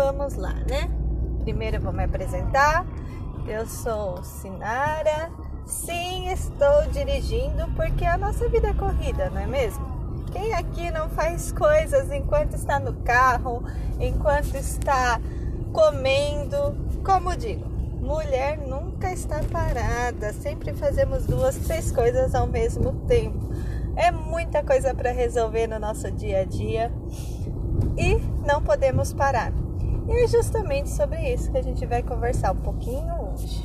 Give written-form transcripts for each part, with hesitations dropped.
vamos lá, né? Primeiro eu vou me apresentar. Eu sou Sinara. Sim, estou dirigindo porque a nossa vida é corrida, não é mesmo? Quem aqui não faz coisas enquanto está no carro, enquanto está comendo? Como digo, mulher nunca está parada. Sempre fazemos 2, 3 coisas ao mesmo tempo. É muita coisa para resolver no nosso dia a dia e não podemos parar. E é justamente sobre isso que a gente vai conversar um pouquinho hoje.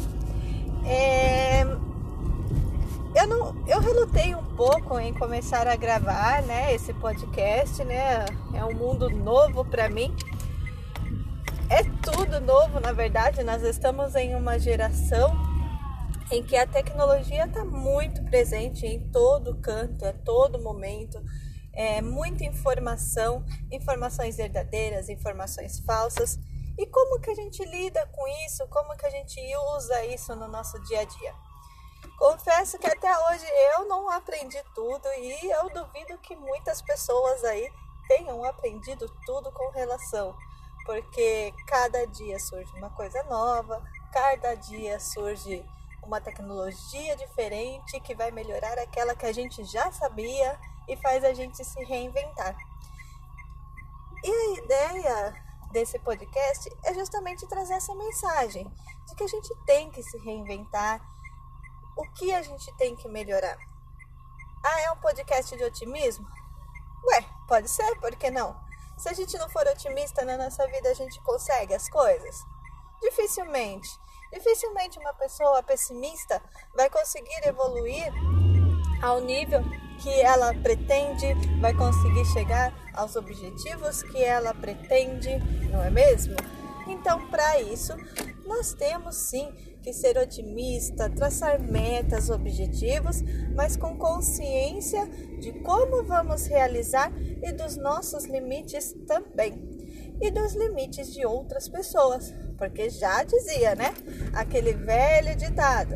Eu relutei um pouco em começar a gravar, né, esse podcast, né? É um mundo novo para mim. É tudo novo, na verdade. Nós estamos em uma geração em que a tecnologia está muito presente em todo canto, a todo momento. Muita informação, informações verdadeiras, informações falsas. E como que a gente lida com isso? Como que a gente usa isso no nosso dia a dia? Confesso que até hoje eu não aprendi tudo e eu duvido que muitas pessoas aí tenham aprendido tudo com relação, porque cada dia surge uma coisa nova, cada dia surge uma tecnologia diferente que vai melhorar aquela que a gente já sabia e faz a gente se reinventar. E a ideia desse podcast é justamente trazer essa mensagem de que a gente tem que se reinventar. O que a gente tem que melhorar? É um podcast de otimismo? Pode ser, por que não? Se a gente não for otimista na nossa vida, a gente consegue as coisas? Dificilmente uma pessoa pessimista vai conseguir evoluir ao nível que ela pretende, vai conseguir chegar aos objetivos que ela pretende, não é mesmo? Então, para isso, nós temos sim que ser otimista, traçar metas, objetivos, mas com consciência de como vamos realizar e dos nossos limites também. E dos limites de outras pessoas, porque já dizia, né? Aquele velho ditado: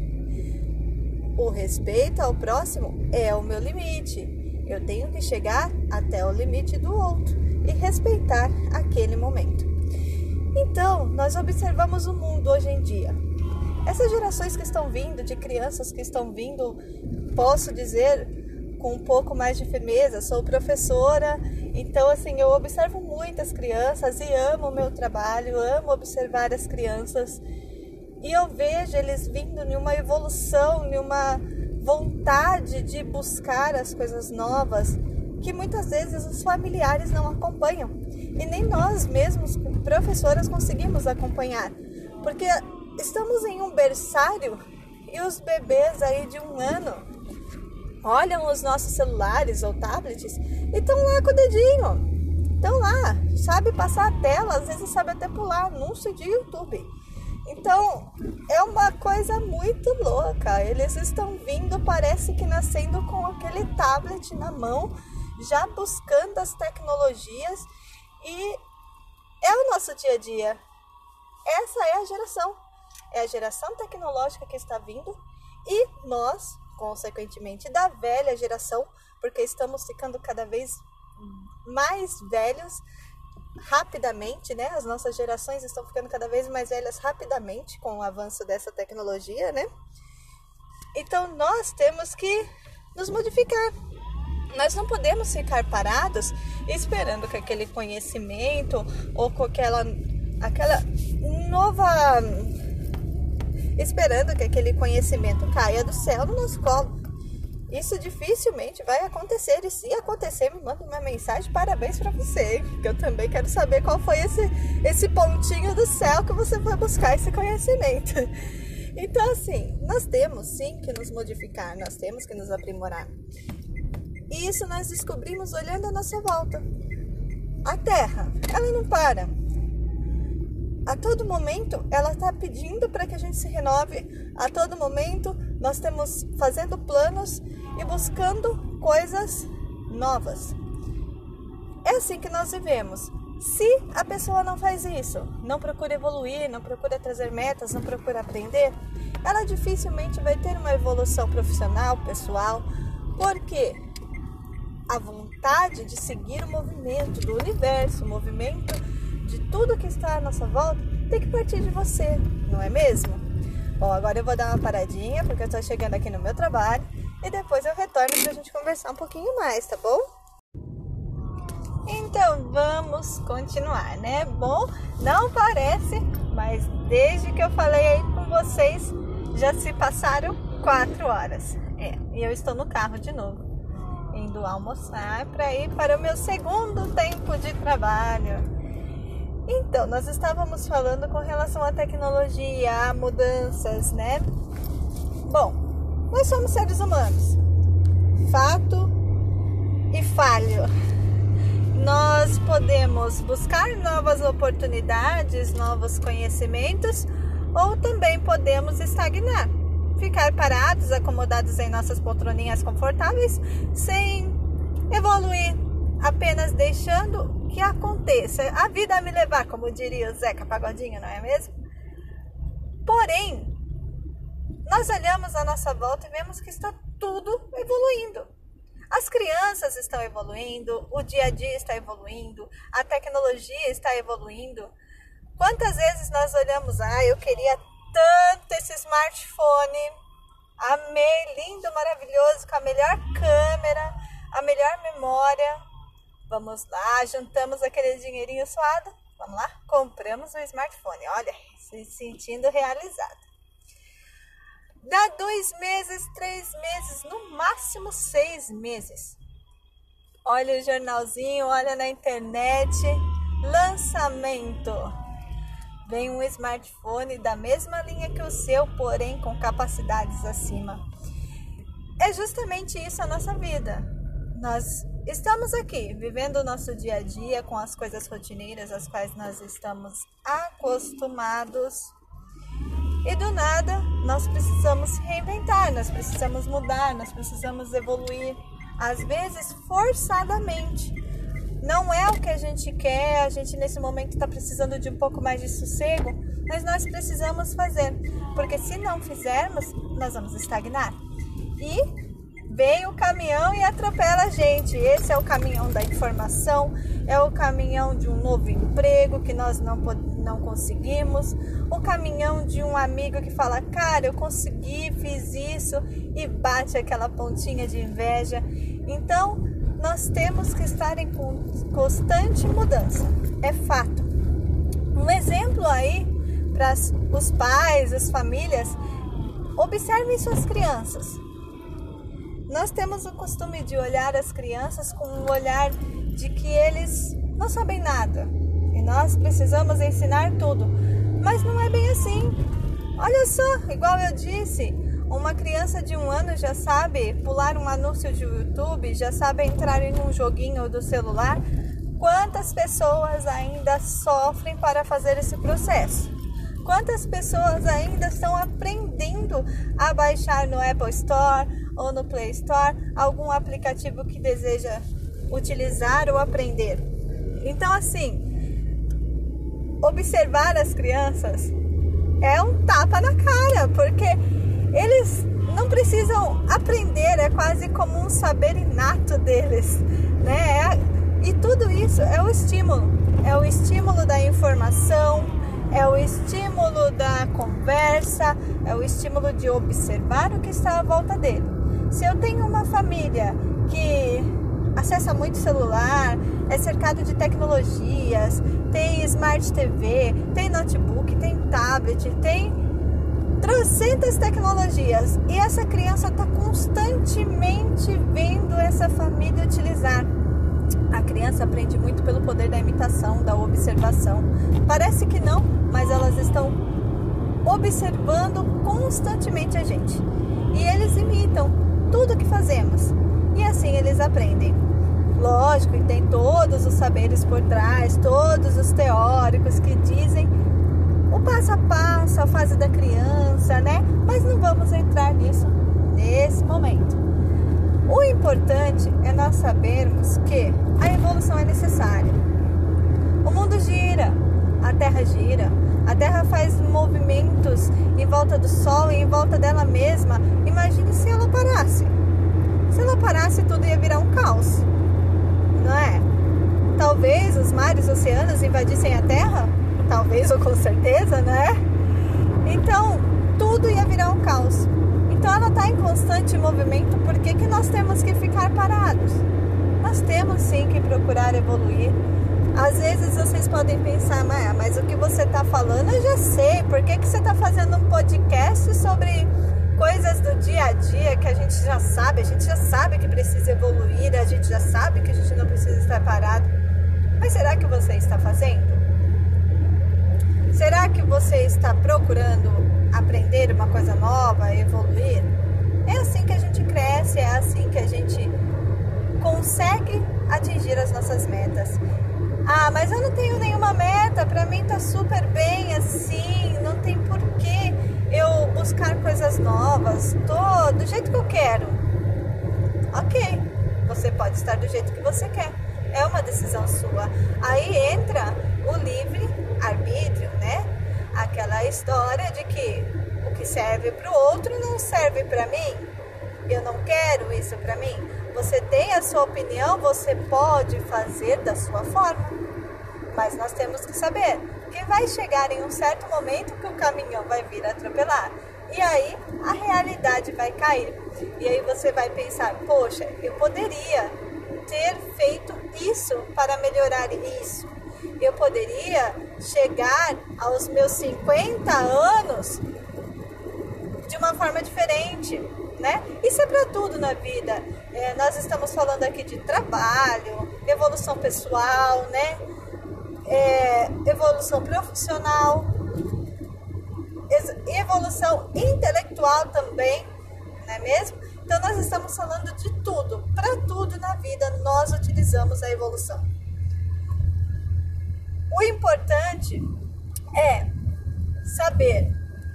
o respeito ao próximo é o meu limite. Eu tenho que chegar até o limite do outro e respeitar aquele momento. Então, nós observamos o mundo hoje em dia. Essas gerações que estão vindo, de crianças que estão vindo, posso dizer com um pouco mais de firmeza, sou professora, então assim, eu observo muitas crianças e amo o meu trabalho, amo observar as crianças. E eu vejo eles vindo em uma evolução, em uma vontade de buscar as coisas novas, que muitas vezes os familiares não acompanham. E nem nós mesmos, professoras, conseguimos acompanhar. Porque estamos em um berçário e os bebês aí de 1 ano olham os nossos celulares ou tablets e estão lá com o dedinho. Estão lá, sabe passar a tela, às vezes sabe até pular anúncio de YouTube. Então, é uma coisa muito louca. Eles estão vindo, parece que nascendo com aquele tablet na mão, já buscando as tecnologias, e é o nosso dia a dia. Essa é a geração. É a geração tecnológica que está vindo e nós, consequentemente, da velha geração, porque estamos ficando cada vez mais velhos rapidamente, né? As nossas gerações estão ficando cada vez mais velhas rapidamente com o avanço dessa tecnologia, né? Então nós temos que nos modificar. Nós não podemos ficar parados esperando que aquele conhecimento ou com aquela nova... esperando que aquele conhecimento caia do céu no nosso colo. Isso dificilmente vai acontecer, e se acontecer, me manda uma mensagem: parabéns para você, que eu também quero saber qual foi esse pontinho do céu que você foi buscar esse conhecimento. Então assim, nós temos sim que nos modificar, nós temos que nos aprimorar. E isso nós descobrimos olhando a nossa volta. A Terra, ela não para. A todo momento, ela está pedindo para que a gente se renove. A todo momento, nós estamos fazendo planos e buscando coisas novas. É assim que nós vivemos. Se a pessoa não faz isso, não procura evoluir, não procura trazer metas, não procura aprender, ela dificilmente vai ter uma evolução profissional, pessoal, porque a vontade de seguir o movimento do universo, o movimento de tudo que está à nossa volta tem que partir de você, não é mesmo? Bom, agora eu vou dar uma paradinha porque eu estou chegando aqui no meu trabalho e depois eu retorno para a gente conversar um pouquinho mais, tá bom? Então vamos continuar, né? Bom, não parece, mas desde que eu falei aí com vocês já se passaram 4 horas. E eu estou no carro de novo, indo almoçar para ir para o meu segundo tempo de trabalho. Então, nós estávamos falando com relação à tecnologia, a mudanças, né? Bom, nós somos seres humanos, fato e falho. Nós podemos buscar novas oportunidades, novos conhecimentos, ou também podemos estagnar, ficar parados, acomodados em nossas poltroninhas confortáveis, sem evoluir, apenas deixando que aconteça, a vida a me levar, como diria o Zeca Pagodinho, não é mesmo? Porém, nós olhamos à nossa volta e vemos que está tudo evoluindo. As crianças estão evoluindo, o dia a dia está evoluindo, a tecnologia está evoluindo. Quantas vezes nós olhamos, eu queria tanto esse smartphone, amei, lindo, maravilhoso, com a melhor câmera, a melhor memória. Vamos lá, juntamos aquele dinheirinho suado, vamos lá, compramos o smartphone, olha, se sentindo realizado. Dá 2 meses, 3 meses, no máximo 6 meses. Olha o jornalzinho, olha na internet, lançamento. Vem um smartphone da mesma linha que o seu, porém com capacidades acima. É justamente isso a nossa vida. Nós estamos aqui, vivendo o nosso dia a dia com as coisas rotineiras, às quais nós estamos acostumados. E do nada, nós precisamos reinventar, nós precisamos mudar, nós precisamos evoluir, às vezes forçadamente. Não é o que a gente quer, a gente nesse momento está precisando de um pouco mais de sossego, mas nós precisamos fazer, porque se não fizermos, nós vamos estagnar. E vem o caminhão e atropela a gente. Esse é o caminhão da informação, é o caminhão de um novo emprego que nós não conseguimos, o caminhão de um amigo que fala, cara, eu consegui, fiz isso, e bate aquela pontinha de inveja. Então, nós temos que estar em constante mudança, é fato. Um exemplo aí para os pais, as famílias, observem suas crianças. Nós temos o costume de olhar as crianças com um olhar de que eles não sabem nada e nós precisamos ensinar tudo, mas não é bem assim. Olha só, igual eu disse, uma criança de 1 ano já sabe pular um anúncio de YouTube, já sabe entrar em um joguinho do celular. Quantas pessoas ainda sofrem para fazer esse processo? Quantas pessoas ainda estão aprendendo a baixar no Apple Store ou no Play Store algum aplicativo que deseja utilizar ou aprender? Então, assim, observar as crianças é um tapa na cara, porque eles não precisam aprender, é quase como um saber inato deles, né? E tudo isso é o estímulo da informação, é o estímulo da conversa, é o estímulo de observar o que está à volta dele. Se eu tenho uma família que acessa muito celular, é cercado de tecnologias, tem Smart TV, tem notebook, tem tablet, tem trocentas tecnologias, e essa criança está constantemente vendo essa família utilizar. A criança aprende muito pelo poder da imitação, da observação. Parece que não, mas elas estão observando constantemente a gente. E eles imitam tudo que fazemos. E assim eles aprendem. Lógico, e tem todos os saberes por trás, todos os teóricos que dizem o passo a passo, a fase da criança, né? Mas não vamos entrar nisso nesse momento. O importante é nós sabermos que a evolução é necessária. O mundo gira, a Terra faz movimentos em volta do Sol e em volta dela mesma. Imagine se ela parasse. Se ela parasse, tudo ia virar um caos, não é? Talvez os mares, os oceanos invadissem a Terra? Talvez ou com certeza, né? Então, tudo ia virar um caos. Então, ela está em constante movimento. Por que que nós temos que ficar parados? Nós temos sim que procurar evoluir. Às vezes vocês podem pensar, mas o que você está falando eu já sei. Por que que você está fazendo um podcast sobre coisas do dia a dia que a gente já sabe? A gente já sabe que precisa evoluir, a gente já sabe que a gente não precisa estar parado. Mas será que você está fazendo? Será que você está procurando aprender uma coisa nova, evoluir? É assim que a gente cresce, é assim que a gente consegue atingir as nossas metas. Mas eu não tenho nenhuma meta, pra mim tá super bem assim, não tem porquê eu buscar coisas novas, tô do jeito que eu quero. Ok, você pode estar do jeito que você quer, é uma decisão sua. Aí entra o livre arbítrio, né? Aquela história de que o que serve pro outro não serve pra mim. Eu não quero isso pra mim. Você tem a sua opinião, você pode fazer da sua forma. Mas nós temos que saber que vai chegar em um certo momento que o caminhão vai vir atropelar. E aí a realidade vai cair. E aí você vai pensar, poxa, eu poderia ter feito isso para melhorar isso. Eu poderia chegar aos meus 50 anos de uma forma diferente, né? Isso é para tudo na vida. Nós estamos falando aqui de trabalho, evolução pessoal, né? Evolução profissional, evolução intelectual também, não é mesmo? Então nós estamos falando de tudo, para tudo na vida nós utilizamos a evolução. O importante é saber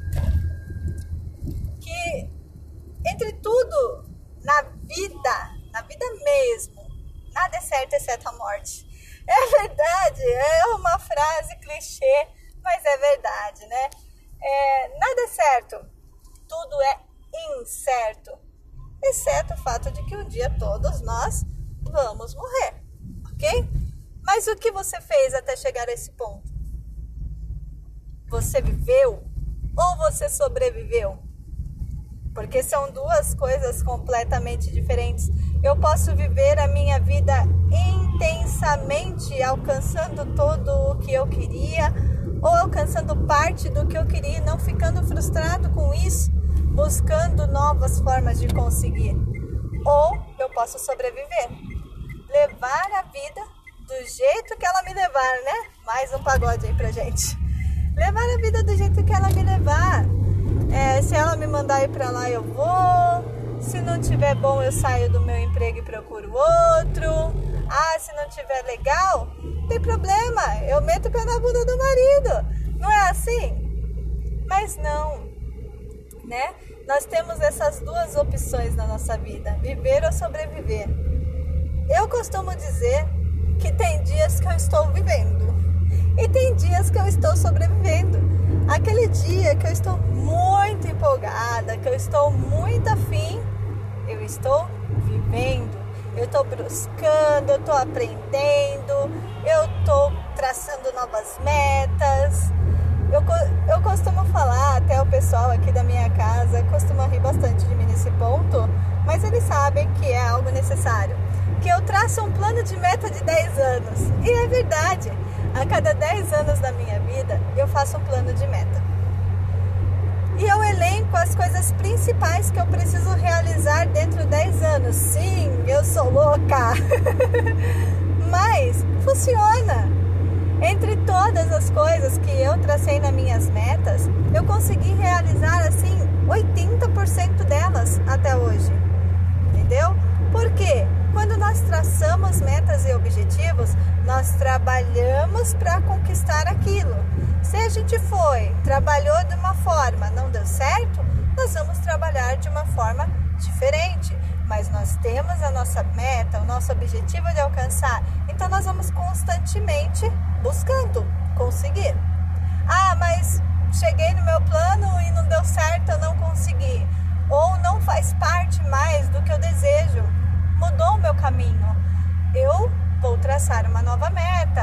que entre tudo na vida mesmo, nada é certo exceto a morte. É verdade, é uma frase clichê, mas é verdade, né? Nada é certo, tudo é incerto, exceto o fato de que um dia todos nós vamos morrer, ok? Mas o que você fez até chegar a esse ponto? Você viveu ou você sobreviveu? Porque são duas coisas completamente diferentes. Eu posso viver a minha vida intensamente, alcançando tudo o que eu queria, ou alcançando parte do que eu queria, não ficando frustrado com isso, buscando novas formas de conseguir. Ou eu posso sobreviver, levar a vida do jeito que ela me levar, né? Mais um pagode aí pra gente. Levar a vida do jeito que ela me levar. Se ela me mandar ir pra lá, eu vou. Se não tiver bom, eu saio do meu emprego e procuro outro. Se não tiver legal, não tem problema. Eu meto o pé na bunda do marido. Não é assim? Mas não, né? Nós temos essas duas opções na nossa vida. Viver ou sobreviver. Eu costumo dizer que tem dias que eu estou vivendo. E tem dias que eu estou sobrevivendo. Aquele dia que eu estou muito empolgada, que eu estou muito afim, eu estou vivendo. Eu estou buscando, eu estou aprendendo, eu estou traçando novas metas. Eu costumo falar, até o pessoal aqui da minha casa costuma rir bastante de mim nesse ponto, mas eles sabem que é algo necessário. Que eu traço um plano de meta de 10 anos. E é verdade, a cada 10 anos da minha vida, eu faço um plano de meta. E eu elenco as coisas principais que eu preciso realizar dentro de 10 anos. Sim, eu sou louca. Mas funciona. Entre todas as coisas que eu tracei nas minhas metas, eu consegui realizar assim 80% delas até hoje. Entendeu? Por quê? Quando nós traçamos metas e objetivos, nós trabalhamos para conquistar aquilo. Se a gente trabalhou de uma forma, não deu certo, nós vamos trabalhar de uma forma diferente. Mas nós temos a nossa meta, o nosso objetivo de alcançar. Então nós vamos constantemente buscando conseguir. Mas cheguei no meu plano e não deu certo, eu não consegui. Ou não faz parte mais do que eu desejo. Mudou o meu caminho. Eu vou traçar uma nova meta.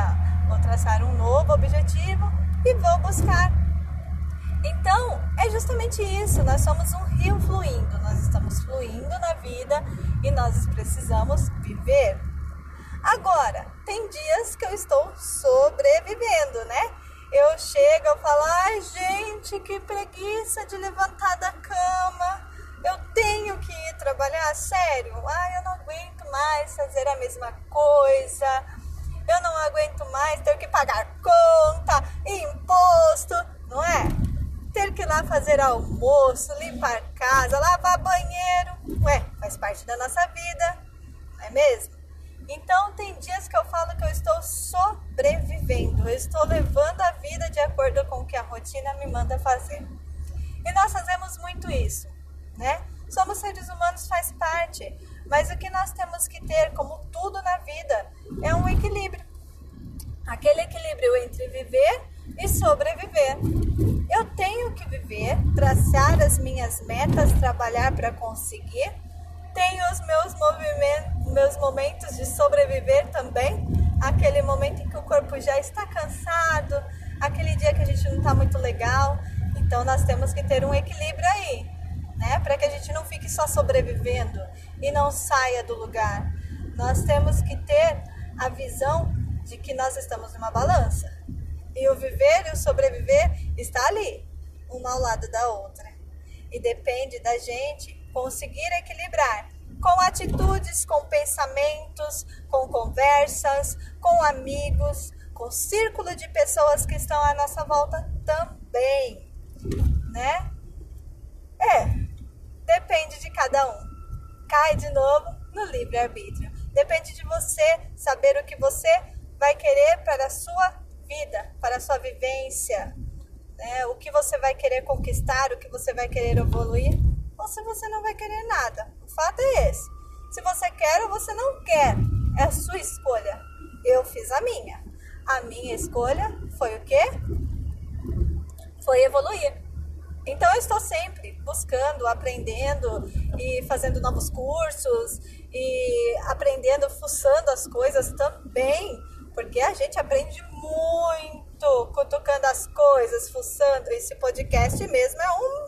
vou traçar um novo objetivo e vou buscar. Então, é justamente isso, nós somos um rio fluindo, nós estamos fluindo na vida e nós precisamos viver. Agora, tem dias que eu estou sobrevivendo, né? Eu chego, eu falo, ai gente, que preguiça de levantar da cama, eu tenho que ir trabalhar, sério, eu não aguento mais fazer a mesma coisa, eu não aguento mais ter que pagar conta, imposto, não é? Ter que ir lá fazer almoço, limpar casa, lavar banheiro, faz parte da nossa vida, não é mesmo? Então tem dias que eu falo que eu estou sobrevivendo, eu estou levando a vida de acordo com o que a rotina me manda fazer. E nós fazemos muito isso, né? Somos seres humanos, faz parte, mas o que nós temos que ter, como tudo na vida, é um equilíbrio. Aquele equilíbrio entre viver e sobreviver. Eu tenho que viver, traçar as minhas metas, trabalhar para conseguir. Tenho os meus momentos de sobreviver também. Aquele momento em que o corpo já está cansado, aquele dia que a gente não está muito legal. Então nós temos que ter um equilíbrio aí, né? Para que a gente não fique só sobrevivendo e não saia do lugar. Nós temos que ter a visão de que nós estamos numa balança. E o viver e o sobreviver está ali, uma ao lado da outra. E depende da gente conseguir equilibrar com atitudes, com pensamentos, com conversas, com amigos, com círculo de pessoas que estão à nossa volta também, né? Depende de cada um. Cai de novo no livre-arbítrio. Depende de você saber o que você vai querer para a sua vida, para a sua vivência, né? O que você vai querer conquistar, o que você vai querer evoluir, ou se você não vai querer nada. O fato é esse. Se você quer ou você não quer, é a sua escolha. Eu fiz a minha. A minha escolha foi o quê? Foi evoluir. Então eu estou sempre buscando, aprendendo e fazendo novos cursos e aprendendo, fuçando as coisas também, porque a gente aprende muito cutucando as coisas, fuçando. Esse podcast mesmo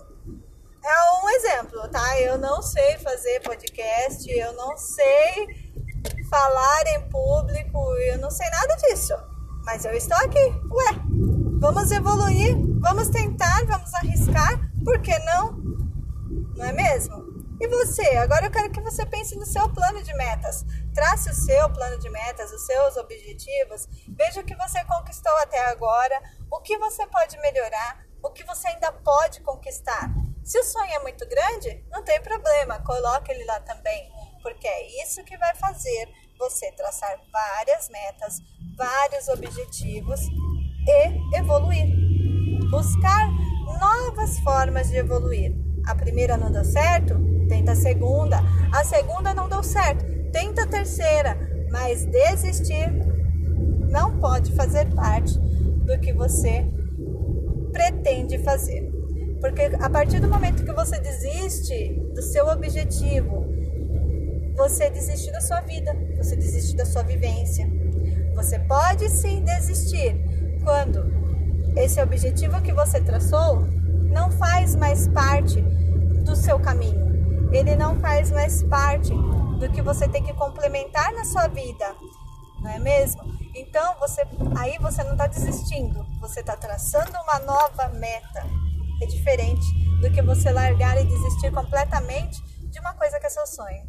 é um exemplo, tá? Eu não sei fazer podcast, eu não sei falar em público, eu não sei nada disso, mas eu estou aqui. Vamos evoluir, vamos tentar, vamos arriscar, por que não? Não é mesmo? E você? Agora eu quero que você pense no seu plano de metas. Trace o seu plano de metas, os seus objetivos. Veja o que você conquistou até agora, o que você pode melhorar, o que você ainda pode conquistar. Se o sonho é muito grande, não tem problema, coloque ele lá também, porque é isso que vai fazer você traçar várias metas, vários objetivos e evoluir. Buscar novas formas de evoluir. A primeira não deu certo? Tenta a segunda. A segunda não deu certo? Tenta a terceira. Mas desistir não pode fazer parte do que você pretende fazer. Porque a partir do momento que você desiste do seu objetivo, você desiste da sua vida, você desiste da sua vivência. Você pode sim desistir quando esse objetivo que você traçou não faz mais parte do seu caminho. Ele não faz mais parte do que você tem que complementar na sua vida, não é mesmo? Então, aí você não está desistindo, você está traçando uma nova meta. É diferente do que você largar e desistir completamente de uma coisa que é seu sonho.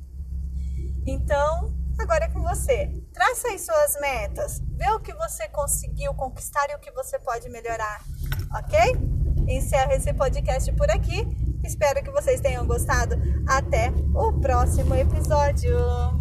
Então, agora é com você. Traça aí suas metas, vê o que você conseguiu conquistar e o que você pode melhorar, ok? Encerro esse podcast por aqui. Espero que vocês tenham gostado. Até o próximo episódio.